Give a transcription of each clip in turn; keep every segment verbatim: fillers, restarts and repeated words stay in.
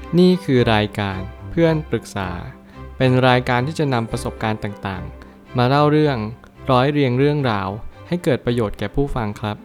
นี่คือรายการเพื่อนปรึกษาเป็นรายการที่จะนำประสบการณ์ต่างๆมาเล่าเรื่องร้อยเรียงเรื่องราวให้เกิดประโยชน์แก่ผู้ฟังครับ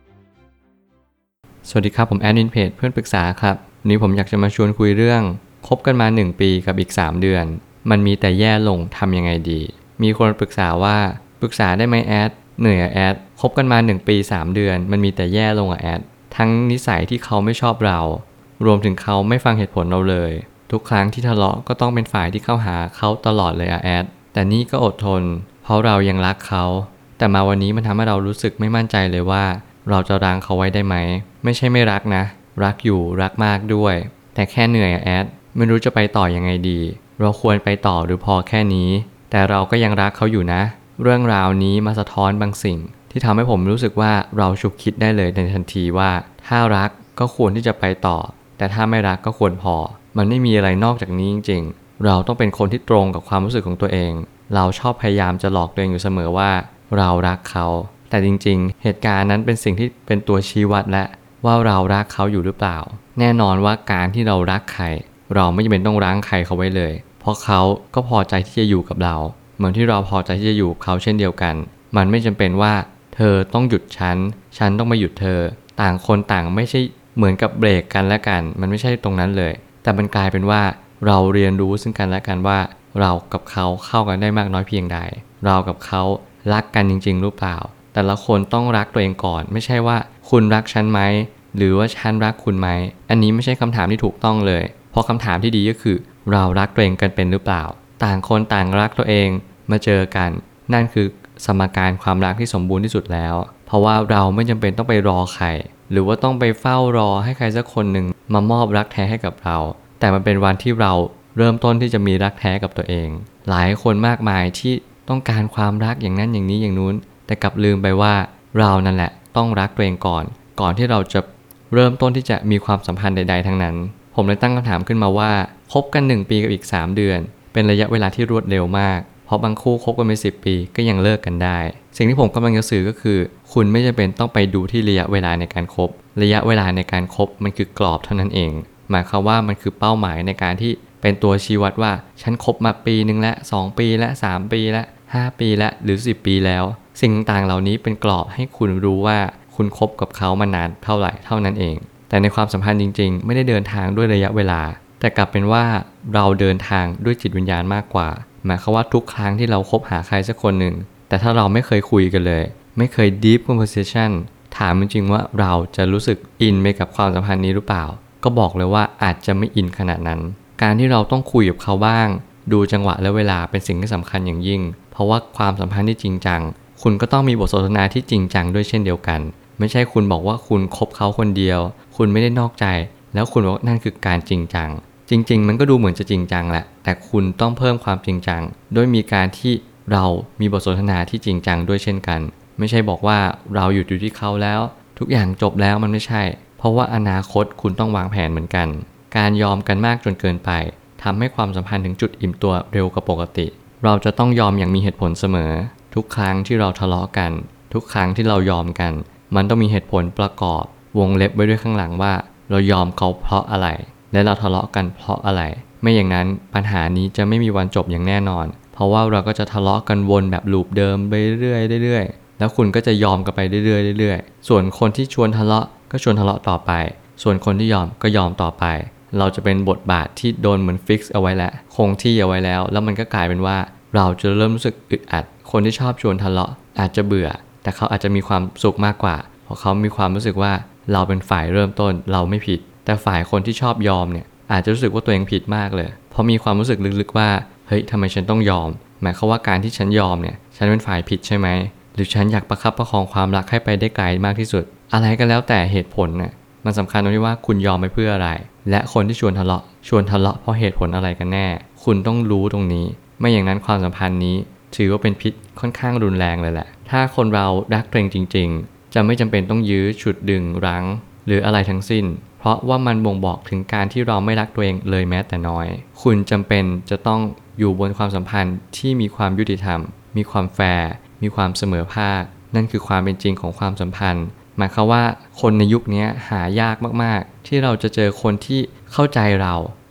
สวัสดีครับผมแอดมินเพจเพื่อนปรึกษาครับวันนี้ผมอยากจะมาชวนคุยเรื่องคบกันมาหนึ่งปีกับอีกสามเดือนมันมีแต่แย่ลงทำยังไงดีมีคนปรึกษาว่าปรึกษาได้ไหมแอดเหนื่อยอะแอดคบกันมาหนึ่งปีสามเดือนมันมีแต่แย่ลงอะแอดทั้งนิสัยที่เขาไม่ชอบเรารวมถึงเขาไม่ฟังเหตุผลเราเลยทุกครั้งที่ทะเลาะก็ต้องเป็นฝ่ายที่เข้าหาเขาตลอดเลยอะแอดแต่นี่ก็อดทนเพราะเรายังรักเขาแต่มาวันนี้มันทำให้เรารู้สึกไม่มั่นใจเลยว่าเราจะรั้งเขาไว้ได้ไหมไม่ใช่ไม่รักนะรักอยู่รักมากด้วยแต่แค่เหนื่อยอะแอดไม่รู้จะไปต่อยังไงดีเราควรไปต่อหรือพอแค่นี้แต่เราก็ยังรักเขาอยู่นะเรื่องราวนี้มาสะท้อนบางสิ่งที่ทำให้ผมรู้สึกว่าเราฉุกคิดได้เลยในทันทีว่าถ้ารักก็ควรที่จะไปต่อแต่ถ้าไม่รักก็ควรพอมันไม่มีอะไรนอกจากนี้จริงๆเราต้องเป็นคนที่ตรงกับความรู้สึกของตัวเองเราชอบพยายามจะหลอกตัวเองอยู่เสมอว่าเรารักเขาแต่จริงๆเหตุการณ์นั้นเป็นสิ่งที่เป็นตัวชี้วัดและว่าเรารักเขาอยู่หรือเปล่าแน่นอนว่าการที่เรารักใครเราไม่จำเป็นต้องรั้งใครเขาไว้เลยเพราะเขาก็พอใจที่จะอยู่กับเราเหมือนที่เราพอใจที่จะอยู่กับเขาเช่นเดียวกันมันไม่จำเป็นว่าเธอต้องหยุดฉันฉันต้องมาหยุดเธอต่างคนต่างไม่ใช่เหมือนกับเบรกกันและกันมันไม่ใช่ตรงนั้นเลยแต่มันกลายเป็นว่าเราเรียนรู้ซึ่งกันและกันว่าเรากับเขาเข้ากันได้มากน้อยเพียงใดเรากับเขารักกันจริงๆหรือเปล่าแต่ละคนต้องรักตัวเองก่อนไม่ใช่ว่าคุณรักฉันไหมหรือว่าฉันรักคุณไหมอันนี้ไม่ใช่คำถามที่ถูกต้องเลยเพราะคำถามที่ดีก็คือเรารักตัวเองกันเป็นหรือเปล่าต่างคนต่างรักตัวเองมาเจอกันนั่นคือสมการความรักที่สมบูรณ์ที่สุดแล้วเพราะว่าเราไม่จำเป็นต้องไปรอใครหรือว่าต้องไปเฝ้ารอให้ใครสักคนหนึ่งมามอบรักแท้ให้กับเราแต่มันเป็นวันที่เราเริ่มต้นที่จะมีรักแท้กับตัวเองหลายคนมากมายที่ต้องการความรักอย่างนั้นอย่างนี้อย่างนู้นแต่กลับลืมไปว่าเรานั่นแหละต้องรักตัวเองก่อนก่อนที่เราจะเริ่มต้นที่จะมีความสัมพันธ์ใดๆทั้งนั้นผมเลยตั้งคำถามขึ้นมาว่าคบกันหนึ่งปีกับอีกสามเดือนเป็นระยะเวลาที่รวดเร็วมากเพราะบางคู่คบกันไปสิบปีก็ยังเลิกกันได้สิ่งที่ผมกำลังจะสื่อก็คือคุณไม่จำเป็นต้องไปดูที่ระยะเวลาในการคบระยะเวลาในการคบมันคือกรอบเท่านั้นเองหมายความว่ามันคือเป้าหมายในการที่เป็นตัวชี้วัดว่าฉันคบมาปีนึงและสองปีและสามปีและห้าปีและหรือสิบปีแล้วสิ่งต่างๆเหล่านี้เป็นกรอบให้คุณรู้ว่าคุณคบกับเขามานานเท่าไหร่เท่านั้นเองแต่ในความสัมพันธ์จริงๆไม่ได้เดินทางด้วยระยะเวลาแต่กลับเป็นว่าเราเดินทางด้วยจิตวิญญาณมากกว่าหมายความว่าทุกครั้งที่เราคบหาใครสักคนหนึ่งแต่ถ้าเราไม่เคยคุยกันเลยไม่เคย deep conversation ถามจริงๆว่าเราจะรู้สึกอินไปกับความสัมพันธ์นี้หรือเปล่าก็บอกเลยว่าอาจจะไม่อินขนาดนั้นการที่เราต้องคุยกับเขาบ้างดูจังหวะและเวลาเป็นสิ่งที่สำคัญอย่างยิ่งเพราะว่าความสัมพันธ์ที่จริงจังคุณก็ต้องมีบทสนทนาที่จริงจังด้วยเช่นเดียวกันไม่ใช่คุณบอกว่าคุณคบเขาคนเดียวคุณไม่ได้นอกใจแล้วคุณบอกนั่นคือการจริงจังจริงๆมันก็ดูเหมือนจะจริงจังแหละแต่คุณต้องเพิ่มความจริงจังด้วยมีการที่เรามีบทสนทนาที่จริงจังด้วยเช่นกันไม่ใช่บอกว่าเราหยุดอยู่ที่เขาแล้วทุกอย่างจบแล้วมันไม่ใช่เพราะว่าอนาคตคุณต้องวางแผนเหมือนกันการยอมกันมากจนเกินไปทำให้ความสัมพันธ์ถึงจุดอิ่มตัวเร็วกว่าปกติเราจะต้องยอมอย่างมีเหตุผลเสมอทุกครั้งที่เราทะเลาะกันทุกครั้งที่เรายอมกันมันต้องมีเหตุผลประกอบวงเล็บไว้ด้วยข้างหลังว่าเรายอมเขาเพราะอะไรและเราทะเลาะกันเพราะอะไรไม่อย่างนั้นปัญหานี้จะไม่มีวันจบอย่างแน่นอนเพราะว่าเราก็จะทะเลาะกันวนแบบลูปเดิมไปเรื่อยๆเรื่อยๆแล้วคุณก็จะยอมกันไปเรื่อยๆเรื่อยๆส่วนคนที่ชวนทะเลาะก็ชวนทะเลาะต่อไปส่วนคนที่ยอมก็ยอมต่อไปเราจะเป็นบทบาทที่โดนเหมือนฟิกซ์เอาไว้แล้วคงที่เอาไว้แล้วแล้วมันก็กลายเป็นว่าเราจะเริ่มรู้สึกอึดอัดคนที่ชอบชวนทะเลาะอาจจะเบื่อแต่เขาอาจจะมีความสุขมากกว่าเพราะเขามีความรู้สึกว่าเราเป็นฝ่ายเริ่มต้นเราไม่ผิดแต่ฝ่ายคนที่ชอบยอมเนี่ยอาจจะรู้สึกว่าตัวเองผิดมากเลยเพราะมีความรู้สึกลึกๆว่าเฮ้ยทำไมฉันต้องยอมหมายความว่าการที่ฉันยอมเนี่ยฉันเป็นฝ่ายผิดใช่ไหมหรือฉันอยากประคับประคองความรักให้ไปได้ไกลมากที่สุดอะไรก็แล้วแต่เหตุผลน่ะมันสำคัญตรงที่ว่าคุณยอมไปเพื่ออะไรและคนที่ชวนทะเลาะชวนทะเลาะเพราะเหตุผลอะไรกันแน่คุณต้องรู้ตรงนี้ไม่อย่างนั้นความสัมพันธ์นี้ถือว่าเป็นพิษค่อนข้างรุนแรงเลยแหละถ้าคนเรารักตัวเองจริงๆจะไม่จำเป็นต้องยื้อฉุดดึงรั้งหรืออะไรทั้งสิ้นเพราะว่ามันบ่งบอกถึงการที่เราไม่รักตัวเองเลยแม้แต่น้อยคุณจำเป็นจะต้องอยู่บนความสัมพันธ์ที่มีความยุติธรรมมีความแฟร์มีความเสมอภาคนั่นคือความเป็นจริงของความสัมพันธ์ หมายความว่าคนในยุคนี้หายากมากๆที่เราจะเจอคนที่เข้าใจเรา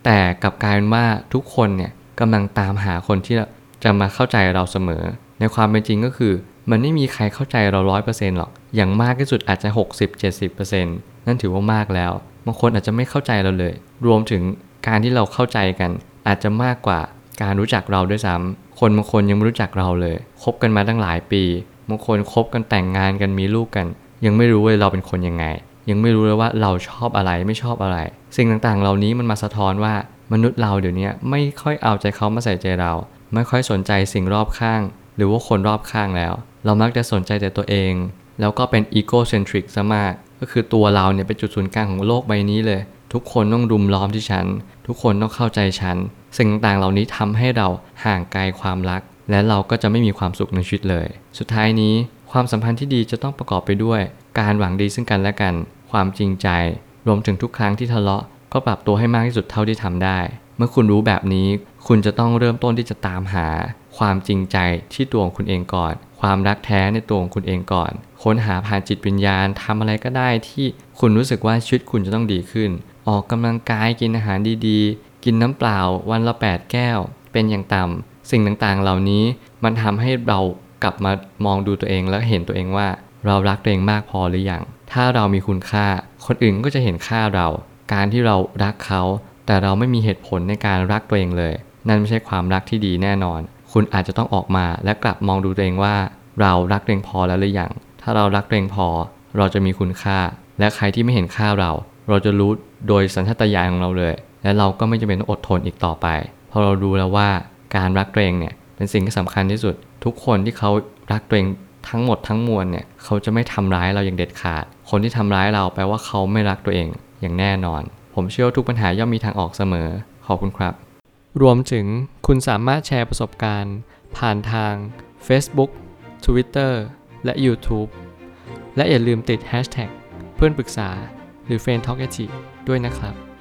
แต่กลับกลายเป็นว่าทุกคนเนี่ยกำลังตามหาคนที่จะมาเข้าใจเราเสมอในความเป็นจริงก็คือมันไม่มีใครเข้าใจเรา ร้อยเปอร์เซ็นต์ หรอกอย่างมากที่สุดอาจจะ หกสิบถึงเจ็ดสิบเปอร์เซ็นต์ นั่นถือว่ามากแล้วบางคนอาจจะไม่เข้าใจเราเลยรวมถึงการที่เราเข้าใจกันอาจจะมากกว่าการรู้จักเราด้วยซ้ำคนบางคนยังไม่รู้จักเราเลยคบกันมาตั้งหลายปีบางคนคบกันแต่งงานกันมีลูกกันยังไม่รู้เลยเราเป็นคนยังไงยังไม่รู้เลยว่าเราชอบอะไรไม่ชอบอะไรสิ่งต่างๆเหล่านี้มันมาสะท้อนว่ามนุษย์เราเดี๋ยวนี้ไม่ค่อยเอาใจเขามาใส่ใจเราไม่ค่อยสนใจสิ่งรอบข้างหรือว่าคนรอบข้างแล้วเรามักจะสนใจแต่ตัวเองแล้วก็เป็นอีโกเซนทริกซะมากก็คือตัวเราเนี่ยเป็นจุดศูนย์กลางของโลกใบนี้เลยทุกคนต้องรุมล้อมที่ฉันทุกคนต้องเข้าใจฉันสิ่งต่างๆเหล่านี้ทำให้เราห่างไกลความรักและเราก็จะไม่มีความสุขในชีวิตเลยสุดท้ายนี้ความสัมพันธ์ที่ดีจะต้องประกอบไปด้วยการหวังดีซึ่งกันและกันความจริงใจรวมถึงทุกครั้งที่ทะเลาะก็ปรับตัวให้มากที่สุดเท่าที่ทำได้เมื่อคุณรู้แบบนี้คุณจะต้องเริ่มต้นที่จะตามหาความจริงใจที่ตัวของคุณเองก่อนความรักแท้ในตัวของคุณเองก่อนค้นหาผ่านจิตวิญญาณทำอะไรก็ได้ที่คุณรู้สึกว่าชีวิตคุณจะต้องดีขึ้นออกกำลังกายกินอาหารดีๆกินน้ำเปล่าวันละแปดแก้วเป็นอย่างต่ำสิ่งต่างๆเหล่านี้มันทำให้เรากลับมามองดูตัวเองแล้วเห็นตัวเองว่าเรารักตัวเองมากพอหรือยังถ้าเรามีคุณค่าคนอื่นก็จะเห็นค่าเราการที่เรารักเขาแต่เราไม่มีเหตุผลในการรักตัวเองเลยนั่นไม่ใช่ความรักที่ดีแน่นอนคุณอาจจะต้องออกมาและกลับมองดูตัวเองว่าเรารักตัวเองพอแล้วหรือยังถ้าเรารักตัวเองพอเราจะมีคุณค่าและใครที่ไม่เห็นค่าเราเราจะรู้โดยสัญชาตญาณของเราเลยและเราก็ไม่จำเป็นต้องอดทนอีกต่อไปเพราะเรารู้แล้วว่าการรักตัวเองเนี่ยเป็นสิ่งที่สำคัญที่สุดทุกคนที่เขารักตัวเองทั้งหมดทั้งมวลเนี่ยเขาจะไม่ทำร้ายเราอย่างเด็ดขาดคนที่ทำร้ายเราแปลว่าเขาไม่รักตัวเองอย่างแน่นอนผมเชื่อว่าทุกปัญหาย่อมมีทางออกเสมอขอบคุณครับรวมถึงคุณสามารถแชร์ประสบการณ์ผ่านทาง Facebook Twitter และ YouTube และอย่าลืมติด แฮชแท็ก เพื่อนปรึกษาหรือ เฟรนด์ ทอล์ก ด้วยนะครับ